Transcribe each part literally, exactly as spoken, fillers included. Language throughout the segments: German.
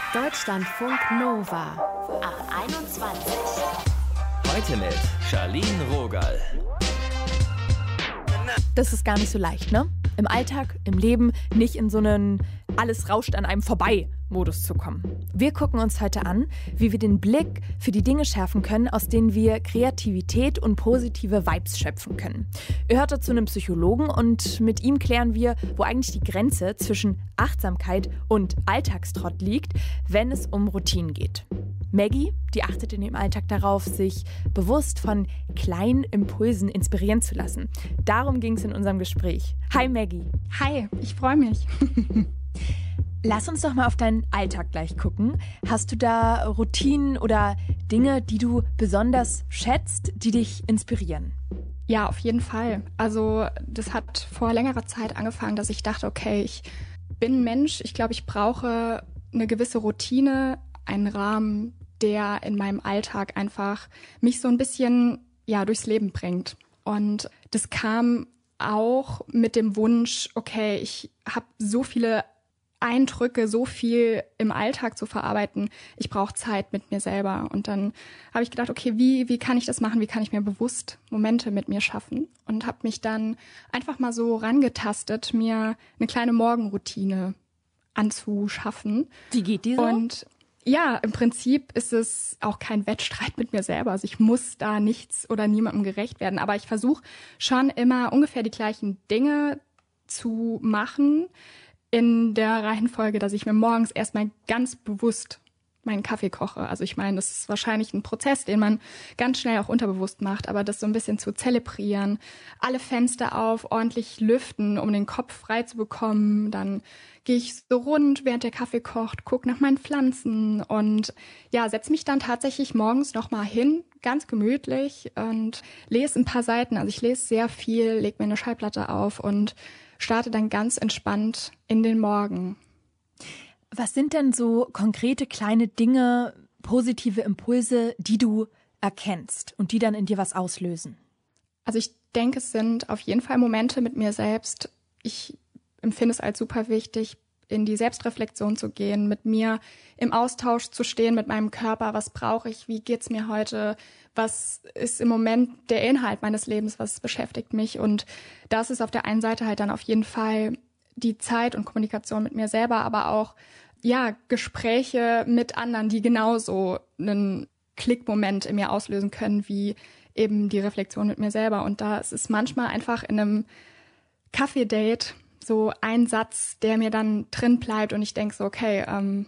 Deutschlandfunk Nova ab einundzwanzig. Heute mit Charlene Rogal. Das ist gar nicht so leicht, ne? Im Alltag, im Leben nicht in so einen alles rauscht an einem vorbei Modus zu kommen. Wir gucken uns heute an, wie wir den Blick für die Dinge schärfen können, aus denen wir Kreativität und positive Vibes schöpfen können. Ihr hört dazu einen Psychologen und mit ihm klären wir, wo eigentlich die Grenze zwischen Achtsamkeit und Alltagstrott liegt, wenn es um Routinen geht. Maggie, die achtet in ihrem Alltag darauf, sich bewusst von kleinen Impulsen inspirieren zu lassen. Darum ging es in unserem Gespräch. Hi Maggie. Hi, ich freue mich. Lass uns doch mal auf deinen Alltag gleich gucken. Hast du da Routinen oder Dinge, die du besonders schätzt, die dich inspirieren? Ja, auf jeden Fall. Also das hat vor längerer Zeit angefangen, dass ich dachte, okay, ich bin ein Mensch, ich glaube, ich brauche eine gewisse Routine, einen Rahmen, der in meinem Alltag einfach mich so ein bisschen ja durchs Leben bringt. Und das kam auch mit dem Wunsch, okay, ich habe so viele Eindrücke, so viel im Alltag zu verarbeiten. Ich brauche Zeit mit mir selber. Und dann habe ich gedacht, okay, wie wie kann ich das machen? Wie kann ich mir bewusst Momente mit mir schaffen? Und habe mich dann einfach mal so rangetastet, mir eine kleine Morgenroutine anzuschaffen. Wie geht die so? Und ja, im Prinzip ist es auch kein Wettstreit mit mir selber. Also ich muss da nichts oder niemandem gerecht werden. Aber ich versuche schon immer ungefähr die gleichen Dinge zu machen, in der Reihenfolge, dass ich mir morgens erstmal ganz bewusst meinen Kaffee koche. Also ich meine, das ist wahrscheinlich ein Prozess, den man ganz schnell auch unterbewusst macht, aber das so ein bisschen zu zelebrieren, alle Fenster auf, ordentlich lüften, um den Kopf frei zu bekommen. Dann gehe ich so rund, während der Kaffee kocht, gucke nach meinen Pflanzen und ja, setze mich dann tatsächlich morgens nochmal hin, ganz gemütlich und lese ein paar Seiten. Also ich lese sehr viel, lege mir eine Schallplatte auf und starte dann ganz entspannt in den Morgen. Was sind denn so konkrete kleine Dinge, positive Impulse, die du erkennst und die dann in dir was auslösen? Also ich denke, es sind auf jeden Fall Momente mit mir selbst. Ich empfinde es als super wichtig, in die Selbstreflexion zu gehen, mit mir im Austausch zu stehen, mit meinem Körper. Was brauche ich? Wie geht's mir heute? Was ist im Moment der Inhalt meines Lebens? Was beschäftigt mich? Und das ist auf der einen Seite halt dann auf jeden Fall die Zeit und Kommunikation mit mir selber, aber auch ja Gespräche mit anderen, die genauso einen Klickmoment in mir auslösen können, wie eben die Reflexion mit mir selber. Und da ist es manchmal einfach in einem Kaffee-Date so ein Satz, der mir dann drin bleibt und ich denke so, okay, ähm,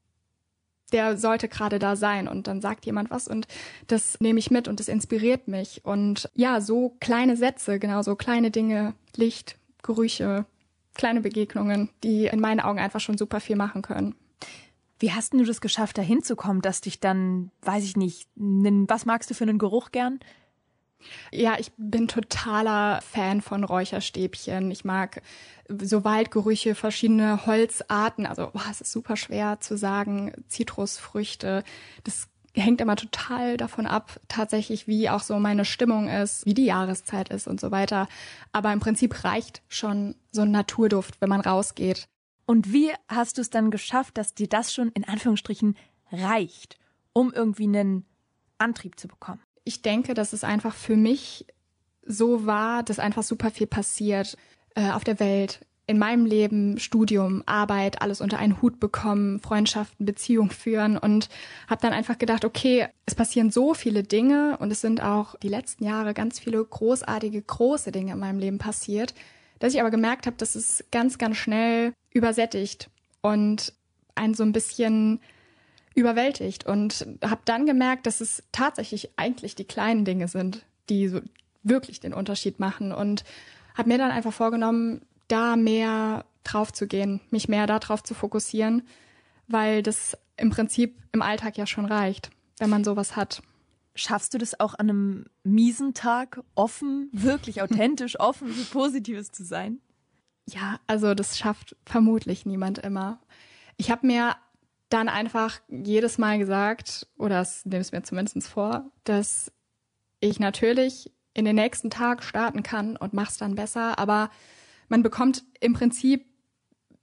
der sollte gerade da sein und dann sagt jemand was und das nehme ich mit und das inspiriert mich. Und ja, so kleine Sätze, genau so kleine Dinge, Licht, Gerüche, kleine Begegnungen, die in meinen Augen einfach schon super viel machen können. Wie hast du das geschafft, da hinzukommen, dass dich dann, weiß ich nicht, was magst du für einen Geruch gern? Ja, ich bin totaler Fan von Räucherstäbchen. Ich mag so Waldgerüche, verschiedene Holzarten. Also boah, es ist super schwer zu sagen, Zitrusfrüchte. Das hängt immer total davon ab, tatsächlich, wie auch so meine Stimmung ist, wie die Jahreszeit ist und so weiter. Aber im Prinzip reicht schon so ein Naturduft, wenn man rausgeht. Und wie hast du es dann geschafft, dass dir das schon in Anführungsstrichen reicht, um irgendwie einen Antrieb zu bekommen? Ich denke, dass es einfach für mich so war, dass einfach super viel passiert äh, auf der Welt, in meinem Leben, Studium, Arbeit, alles unter einen Hut bekommen, Freundschaften, Beziehungen führen und habe dann einfach gedacht, okay, es passieren so viele Dinge und es sind auch die letzten Jahre ganz viele großartige, große Dinge in meinem Leben passiert, dass ich aber gemerkt habe, dass es ganz, ganz schnell übersättigt und einen so ein bisschen überwältigt und habe dann gemerkt, dass es tatsächlich eigentlich die kleinen Dinge sind, die so wirklich den Unterschied machen und habe mir dann einfach vorgenommen, da mehr drauf zu gehen, mich mehr darauf zu fokussieren, weil das im Prinzip im Alltag ja schon reicht, wenn man sowas hat. Schaffst du das auch an einem miesen Tag offen, wirklich authentisch offen für Positives zu sein? Ja, also das schafft vermutlich niemand immer. Ich habe mir dann einfach jedes Mal gesagt, oder das nehme ich mir zumindest vor, dass ich natürlich in den nächsten Tag starten kann und mach's dann besser, aber man bekommt im Prinzip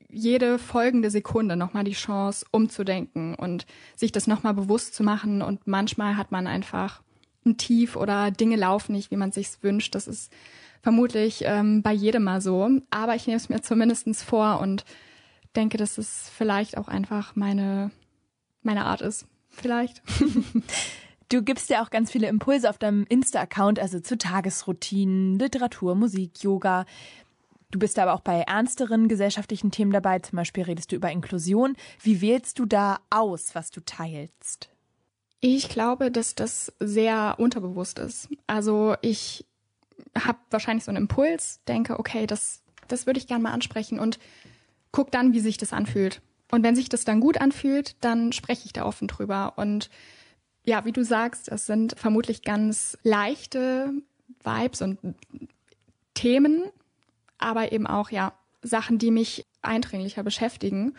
jede folgende Sekunde nochmal die Chance, umzudenken und sich das nochmal bewusst zu machen. Und manchmal hat man einfach ein Tief oder Dinge laufen nicht, wie man sich's wünscht. Das ist vermutlich ähm, bei jedem mal so. Aber ich nehme es mir zumindest vor und denke, dass es vielleicht auch einfach meine, meine Art ist. Vielleicht. Du gibst ja auch ganz viele Impulse auf deinem Insta-Account, also zu Tagesroutinen, Literatur, Musik, Yoga. Du bist aber auch bei ernsteren gesellschaftlichen Themen dabei. Zum Beispiel redest du über Inklusion. Wie wählst du da aus, was du teilst? Ich glaube, dass das sehr unterbewusst ist. Also ich habe wahrscheinlich so einen Impuls, denke, okay, das, das würde ich gerne mal ansprechen und guck dann, wie sich das anfühlt. Und wenn sich das dann gut anfühlt, dann spreche ich da offen drüber. Und ja, wie du sagst, es sind vermutlich ganz leichte Vibes und Themen, aber eben auch ja Sachen, die mich eindringlicher beschäftigen.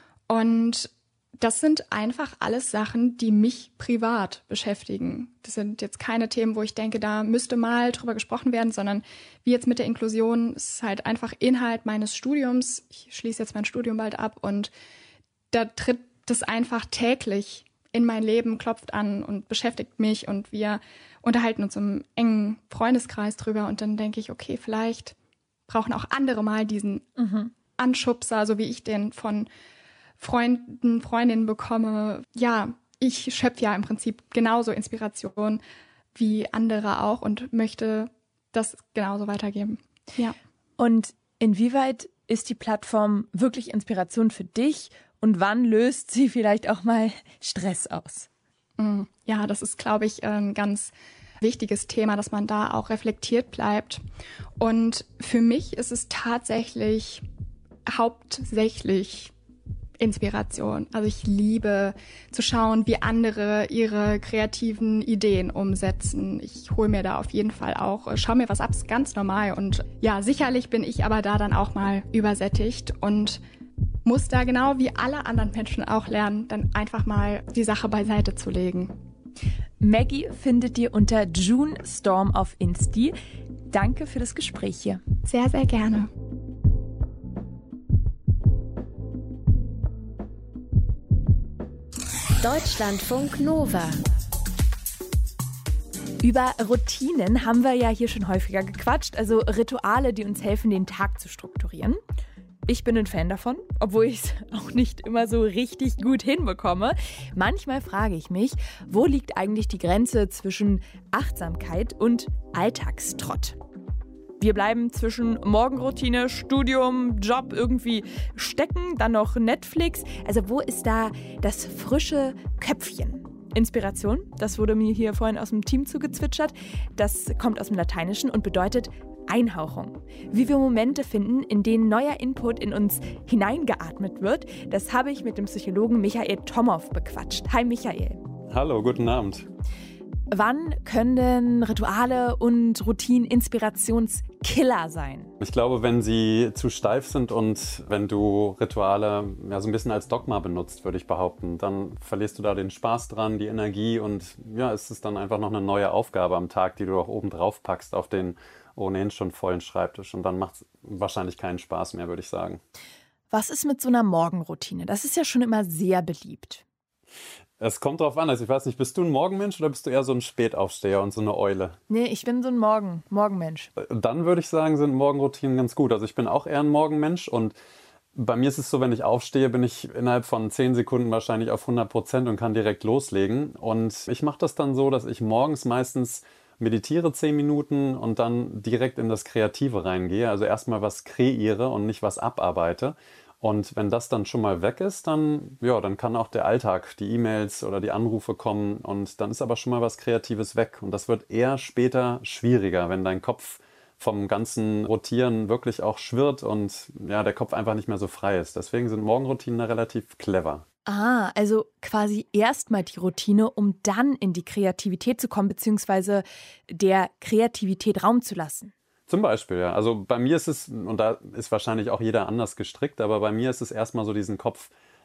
Und das sind einfach alles Sachen, die mich privat beschäftigen. Das sind jetzt keine Themen, wo ich denke, da müsste mal drüber gesprochen werden, sondern wie jetzt mit der Inklusion, ist halt einfach Inhalt meines Studiums. Ich schließe jetzt mein Studium bald ab und da tritt das einfach täglich in mein Leben, klopft an und beschäftigt mich und wir unterhalten uns im engen Freundeskreis drüber und dann denke ich, okay, vielleicht brauchen auch andere mal diesen mhm. Anschubser, so wie ich den von Freunden, Freundinnen bekomme. Ja, ich schöpfe ja im Prinzip genauso Inspiration wie andere auch und möchte das genauso weitergeben. Ja. Und inwieweit ist die Plattform wirklich Inspiration für dich und wann löst sie vielleicht auch mal Stress aus? Ja, das ist, glaube ich, ein ganz wichtiges Thema, dass man da auch reflektiert bleibt. Und für mich ist es tatsächlich hauptsächlich Inspiration. Also ich liebe zu schauen, wie andere ihre kreativen Ideen umsetzen. Ich hole mir da auf jeden Fall auch, schaue mir was ab, ist ganz normal. Und ja, sicherlich bin ich aber da dann auch mal übersättigt und muss da genau wie alle anderen Menschen auch lernen, dann einfach mal die Sache beiseite zu legen. Maggie findet ihr unter June Storm auf Insti. Danke für das Gespräch hier. Sehr, sehr gerne. Deutschlandfunk Nova. Über Routinen haben wir ja hier schon häufiger gequatscht, also Rituale, die uns helfen, den Tag zu strukturieren. Ich bin ein Fan davon, obwohl ich es auch nicht immer so richtig gut hinbekomme. Manchmal frage ich mich, wo liegt eigentlich die Grenze zwischen Achtsamkeit und Alltagstrott? Wir bleiben zwischen Morgenroutine, Studium, Job irgendwie stecken, dann noch Netflix. Also wo ist da das frische Köpfchen? Inspiration, das wurde mir hier vorhin aus dem Team zugezwitschert. Das kommt aus dem Lateinischen und bedeutet Einhauchung. Wie wir Momente finden, in denen neuer Input in uns hineingeatmet wird, das habe ich mit dem Psychologen Michael Tomow bequatscht. Hi Michael. Hallo, guten Abend. Wann können denn Rituale und Routinen Inspirationskiller sein? Ich glaube, wenn sie zu steif sind und wenn du Rituale ja, so ein bisschen als Dogma benutzt, würde ich behaupten, dann verlierst du da den Spaß dran, die Energie und ja, es ist dann einfach noch eine neue Aufgabe am Tag, die du auch oben drauf packst auf den ohnehin schon vollen Schreibtisch und dann macht es wahrscheinlich keinen Spaß mehr, würde ich sagen. Was ist mit so einer Morgenroutine? Das ist ja schon immer sehr beliebt. Es kommt drauf an, also ich weiß nicht, bist du ein Morgenmensch oder bist du eher so ein Spätaufsteher und so eine Eule? Nee, ich bin so ein Morgen, Morgenmensch. Dann würde ich sagen, sind Morgenroutinen ganz gut. Also ich bin auch eher ein Morgenmensch und bei mir ist es so, wenn ich aufstehe, bin ich innerhalb von zehn Sekunden wahrscheinlich auf hundert Prozent und kann direkt loslegen. Und ich mache das dann so, dass ich morgens meistens meditiere zehn Minuten und dann direkt in das Kreative reingehe. Also erstmal was kreiere und nicht was abarbeite. Und wenn das dann schon mal weg ist, dann, ja, dann kann auch der Alltag, die E-Mails oder die Anrufe kommen und dann ist aber schon mal was Kreatives weg. Und das wird eher später schwieriger, wenn dein Kopf vom ganzen Rotieren wirklich auch schwirrt und ja, der Kopf einfach nicht mehr so frei ist. Deswegen sind Morgenroutinen relativ clever. Ah, also quasi erstmal die Routine, um dann in die Kreativität zu kommen, beziehungsweise der Kreativität Raum zu lassen. Zum Beispiel, ja. Also bei mir ist es, und da ist wahrscheinlich auch jeder anders gestrickt, aber bei mir ist es erstmal so diesen Kopf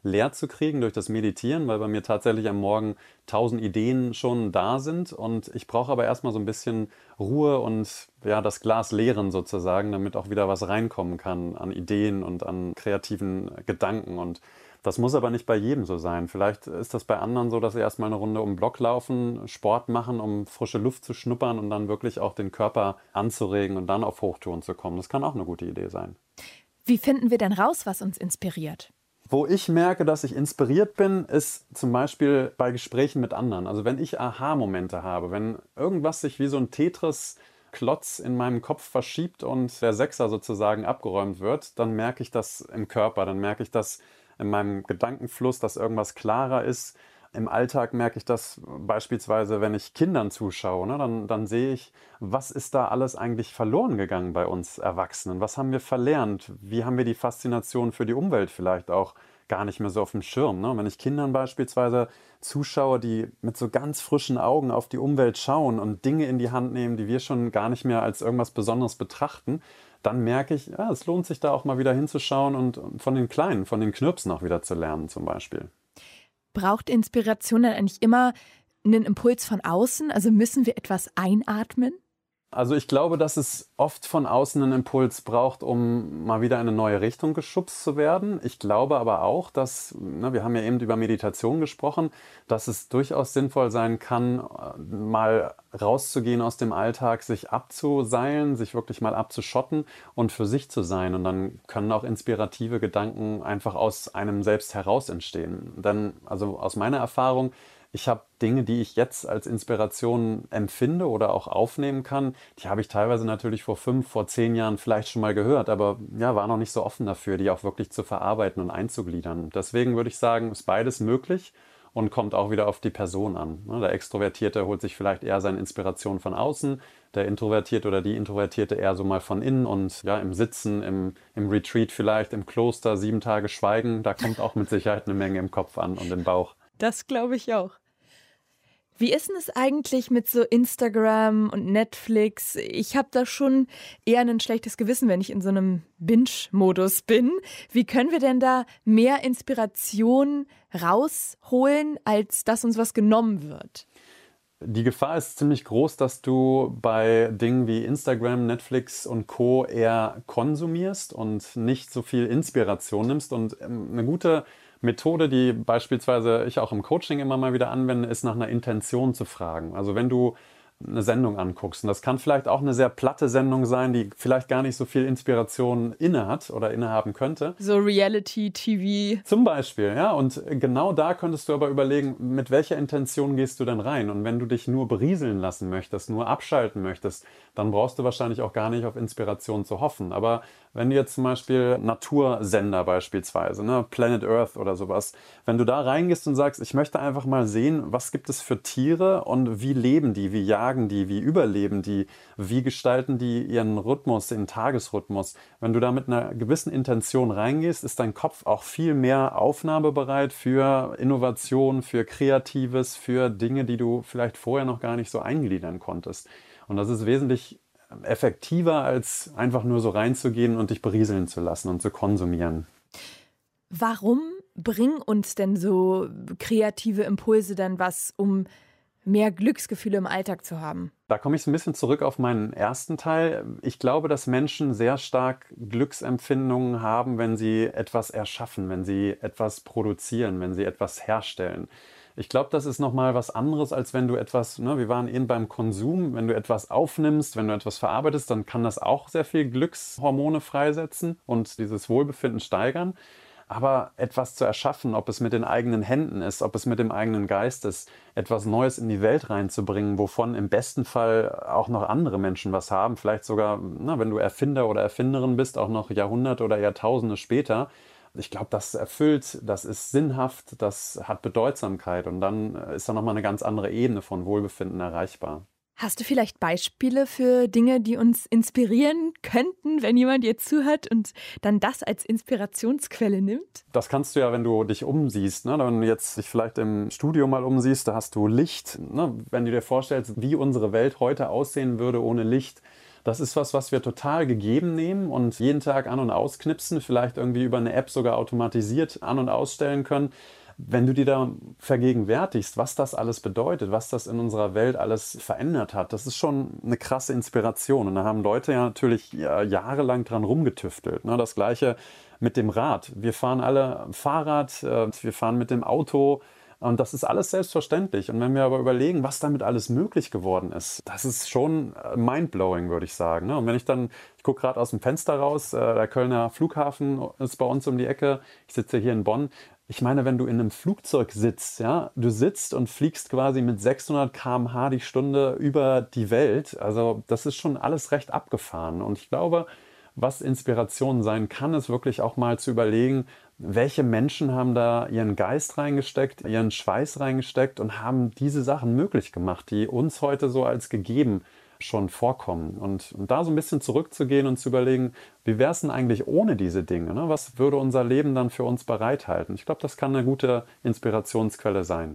leer zu kriegen durch das Meditieren, weil bei mir tatsächlich am Morgen tausend Ideen schon da sind und ich brauche aber erstmal so ein bisschen Ruhe und ja, das Glas leeren sozusagen, damit auch wieder was reinkommen kann an Ideen und an kreativen Gedanken und das muss aber nicht bei jedem so sein. Vielleicht ist das bei anderen so, dass sie erstmal eine Runde um den Block laufen, Sport machen, um frische Luft zu schnuppern und dann wirklich auch den Körper anzuregen und dann auf Hochtouren zu kommen. Das kann auch eine gute Idee sein. Wie finden wir denn raus, was uns inspiriert? Wo ich merke, dass ich inspiriert bin, ist zum Beispiel bei Gesprächen mit anderen. Also wenn ich Aha-Momente habe, wenn irgendwas sich wie so ein Tetris-Klotz in meinem Kopf verschiebt und der Sechser sozusagen abgeräumt wird, dann merke ich das im Körper, dann merke ich das in meinem Gedankenfluss, dass irgendwas klarer ist. Im Alltag merke ich das beispielsweise, wenn ich Kindern zuschaue, ne, dann, dann sehe ich, was ist da alles eigentlich verloren gegangen bei uns Erwachsenen? Was haben wir verlernt? Wie haben wir die Faszination für die Umwelt vielleicht auch gar nicht mehr so auf dem Schirm? Ne? Wenn ich Kindern beispielsweise zuschaue, die mit so ganz frischen Augen auf die Umwelt schauen und Dinge in die Hand nehmen, die wir schon gar nicht mehr als irgendwas Besonderes betrachten, dann merke ich, ja, es lohnt sich da auch mal wieder hinzuschauen und von den Kleinen, von den Knirpsen auch wieder zu lernen zum Beispiel. Braucht Inspiration dann eigentlich immer einen Impuls von außen? Also müssen wir etwas einatmen? Also ich glaube, dass es oft von außen einen Impuls braucht, um mal wieder in eine neue Richtung geschubst zu werden. Ich glaube aber auch, dass, ne, wir haben ja eben über Meditation gesprochen, dass es durchaus sinnvoll sein kann, mal rauszugehen aus dem Alltag, sich abzuseilen, sich wirklich mal abzuschotten und für sich zu sein. Und dann können auch inspirative Gedanken einfach aus einem selbst heraus entstehen. Denn, also aus meiner Erfahrung, ich habe Dinge, die ich jetzt als Inspiration empfinde oder auch aufnehmen kann, die habe ich teilweise natürlich vor fünf, vor zehn Jahren vielleicht schon mal gehört, aber ja, war noch nicht so offen dafür, die auch wirklich zu verarbeiten und einzugliedern. Deswegen würde ich sagen, ist beides möglich und kommt auch wieder auf die Person an. Der Extrovertierte holt sich vielleicht eher seine Inspiration von außen, der Introvertierte oder die Introvertierte eher so mal von innen und ja, im Sitzen, im, im Retreat vielleicht, im Kloster, sieben Tage Schweigen, da kommt auch mit Sicherheit eine Menge im Kopf an und im Bauch. Das glaube ich auch. Wie ist denn es eigentlich mit so Instagram und Netflix? Ich habe da schon eher ein schlechtes Gewissen, wenn ich in so einem Binge-Modus bin. Wie können wir denn da mehr Inspiration rausholen, als dass uns was genommen wird? Die Gefahr ist ziemlich groß, dass du bei Dingen wie Instagram, Netflix und Co. eher konsumierst und nicht so viel Inspiration nimmst. Und eine gute Methode, die beispielsweise ich auch im Coaching immer mal wieder anwende, ist nach einer Intention zu fragen. Also wenn du eine Sendung anguckst, und das kann vielleicht auch eine sehr platte Sendung sein, die vielleicht gar nicht so viel Inspiration inne hat oder innehaben könnte. So Reality-T V. Zum Beispiel, ja. Und genau da könntest du aber überlegen, mit welcher Intention gehst du denn rein? Und wenn du dich nur berieseln lassen möchtest, nur abschalten möchtest, dann brauchst du wahrscheinlich auch gar nicht auf Inspiration zu hoffen. Aber wenn du jetzt zum Beispiel Natursender beispielsweise, ne, Planet Earth oder sowas, wenn du da reingehst und sagst, ich möchte einfach mal sehen, was gibt es für Tiere und wie leben die, wie jagen die, wie überleben die, wie gestalten die ihren Rhythmus, den Tagesrhythmus. Wenn du da mit einer gewissen Intention reingehst, ist dein Kopf auch viel mehr aufnahmebereit für Innovation, für Kreatives, für Dinge, die du vielleicht vorher noch gar nicht so eingliedern konntest. Und das ist wesentlich effektiver, als einfach nur so reinzugehen und dich berieseln zu lassen und zu konsumieren. Warum bringen uns denn so kreative Impulse dann was, um mehr Glücksgefühle im Alltag zu haben? Da komme ich so ein bisschen zurück auf meinen ersten Teil. Ich glaube, dass Menschen sehr stark Glücksempfindungen haben, wenn sie etwas erschaffen, wenn sie etwas produzieren, wenn sie etwas herstellen. Ich glaube, das ist nochmal was anderes, als wenn du etwas, ne, wir waren eben beim Konsum, wenn du etwas aufnimmst, wenn du etwas verarbeitest, dann kann das auch sehr viel Glückshormone freisetzen und dieses Wohlbefinden steigern. Aber etwas zu erschaffen, ob es mit den eigenen Händen ist, ob es mit dem eigenen Geist ist, etwas Neues in die Welt reinzubringen, wovon im besten Fall auch noch andere Menschen was haben, vielleicht sogar, na, wenn du Erfinder oder Erfinderin bist, auch noch Jahrhunderte oder Jahrtausende später. Ich glaube, das erfüllt, das ist sinnhaft, das hat Bedeutsamkeit und dann ist da nochmal eine ganz andere Ebene von Wohlbefinden erreichbar. Hast du vielleicht Beispiele für Dinge, die uns inspirieren könnten, wenn jemand dir zuhört und dann das als Inspirationsquelle nimmt? Das kannst du ja, wenn du dich umsiehst. Ne? Wenn du jetzt dich vielleicht im Studio mal umsiehst, da hast du Licht. Ne? Wenn du dir vorstellst, wie unsere Welt heute aussehen würde ohne Licht, das ist was, was wir total gegeben nehmen und jeden Tag an- und ausknipsen, vielleicht irgendwie über eine App sogar automatisiert an- und ausstellen können. Wenn du dir da vergegenwärtigst, was das alles bedeutet, was das in unserer Welt alles verändert hat, das ist schon eine krasse Inspiration. Und da haben Leute ja natürlich jahrelang dran rumgetüftelt. Das Gleiche mit dem Rad. Wir fahren alle Fahrrad, wir fahren mit dem Auto. Und das ist alles selbstverständlich. Und wenn wir aber überlegen, was damit alles möglich geworden ist, das ist schon mindblowing, würde ich sagen. Und wenn ich dann, ich gucke gerade aus dem Fenster raus, der Kölner Flughafen ist bei uns um die Ecke, ich sitze hier in Bonn. Ich meine, wenn du in einem Flugzeug sitzt, ja, du sitzt und fliegst quasi mit sechshundert Kilometer pro Stunde die Stunde über die Welt. Also das ist schon alles recht abgefahren. Und ich glaube, was Inspiration sein kann, ist wirklich auch mal zu überlegen, welche Menschen haben da ihren Geist reingesteckt, ihren Schweiß reingesteckt und haben diese Sachen möglich gemacht, die uns heute so als gegeben schon vorkommen. Und, und da so ein bisschen zurückzugehen und zu überlegen, wie wäre es denn eigentlich ohne diese Dinge? Ne? Was würde unser Leben dann für uns bereithalten? Ich glaube, das kann eine gute Inspirationsquelle sein.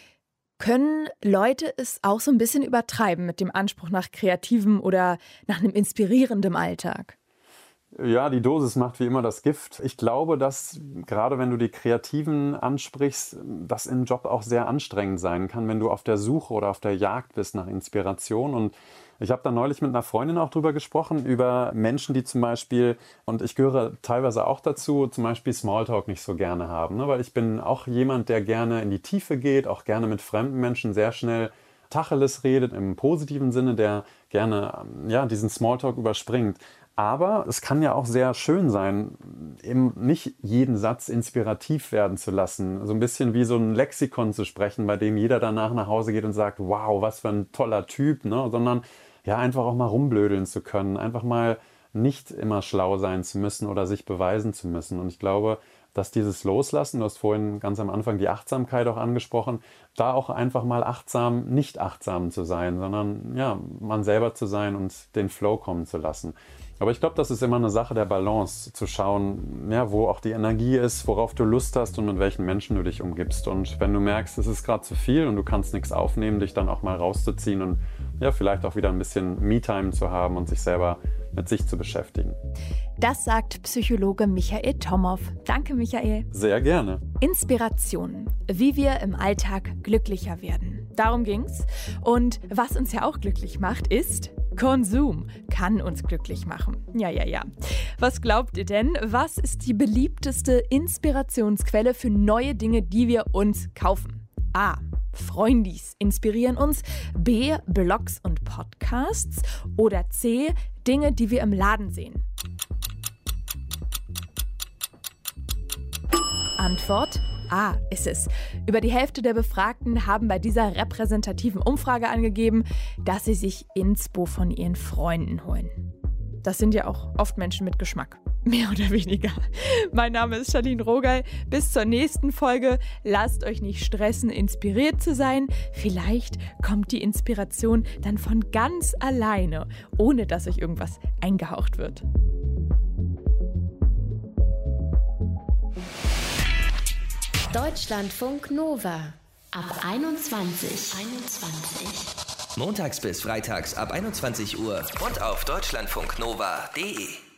Können Leute es auch so ein bisschen übertreiben mit dem Anspruch nach kreativem oder nach einem inspirierendem Alltag? Ja, die Dosis macht wie immer das Gift. Ich glaube, dass gerade wenn du die Kreativen ansprichst, das im Job auch sehr anstrengend sein kann, wenn du auf der Suche oder auf der Jagd bist nach Inspiration. Und ich habe da neulich mit einer Freundin auch drüber gesprochen, über Menschen, die zum Beispiel, und ich gehöre teilweise auch dazu, zum Beispiel Smalltalk nicht so gerne haben. Ne? Weil ich bin auch jemand, der gerne in die Tiefe geht, auch gerne mit fremden Menschen sehr schnell Tacheles redet, im positiven Sinne, der gerne ja, diesen Smalltalk überspringt. Aber es kann ja auch sehr schön sein, eben nicht jeden Satz inspirativ werden zu lassen. So ein bisschen wie so ein Lexikon zu sprechen, bei dem jeder danach nach Hause geht und sagt, wow, was für ein toller Typ, ne? Sondern ja, einfach auch mal rumblödeln zu können, einfach mal nicht immer schlau sein zu müssen oder sich beweisen zu müssen. Und ich glaube, dass dieses Loslassen, du hast vorhin ganz am Anfang die Achtsamkeit auch angesprochen, da auch einfach mal achtsam, nicht achtsam zu sein, sondern ja, man selber zu sein und den Flow kommen zu lassen. Aber ich glaube, das ist immer eine Sache der Balance, zu schauen, ja, wo auch die Energie ist, worauf du Lust hast und mit welchen Menschen du dich umgibst. Und wenn du merkst, es ist gerade zu viel und du kannst nichts aufnehmen, dich dann auch mal rauszuziehen und ja, vielleicht auch wieder ein bisschen Me-Time zu haben und sich selber mit sich zu beschäftigen. Das sagt Psychologe Michael Tomow. Danke, Michael. Sehr gerne. Inspiration, wie wir im Alltag glücklicher werden. Darum ging's. Und was uns ja auch glücklich macht, ist Konsum. Kann uns glücklich machen. Ja, ja, ja. Was glaubt ihr denn? Was ist die beliebteste Inspirationsquelle für neue Dinge, die wir uns kaufen? A. Freundis inspirieren uns. B. Blogs und Podcasts. Oder C. Dinge, die wir im Laden sehen. Antwort A ist es. Über die Hälfte der Befragten haben bei dieser repräsentativen Umfrage angegeben, dass sie sich Inspo von ihren Freunden holen. Das sind ja auch oft Menschen mit Geschmack. Mehr oder weniger. Mein Name ist Charlene Rogal. Bis zur nächsten Folge. Lasst euch nicht stressen, inspiriert zu sein. Vielleicht kommt die Inspiration dann von ganz alleine, ohne dass euch irgendwas eingehaucht wird. Deutschlandfunk Nova. Ab einundzwanzig. Montags bis freitags ab einundzwanzig Uhr und auf deutschlandfunknova punkt de.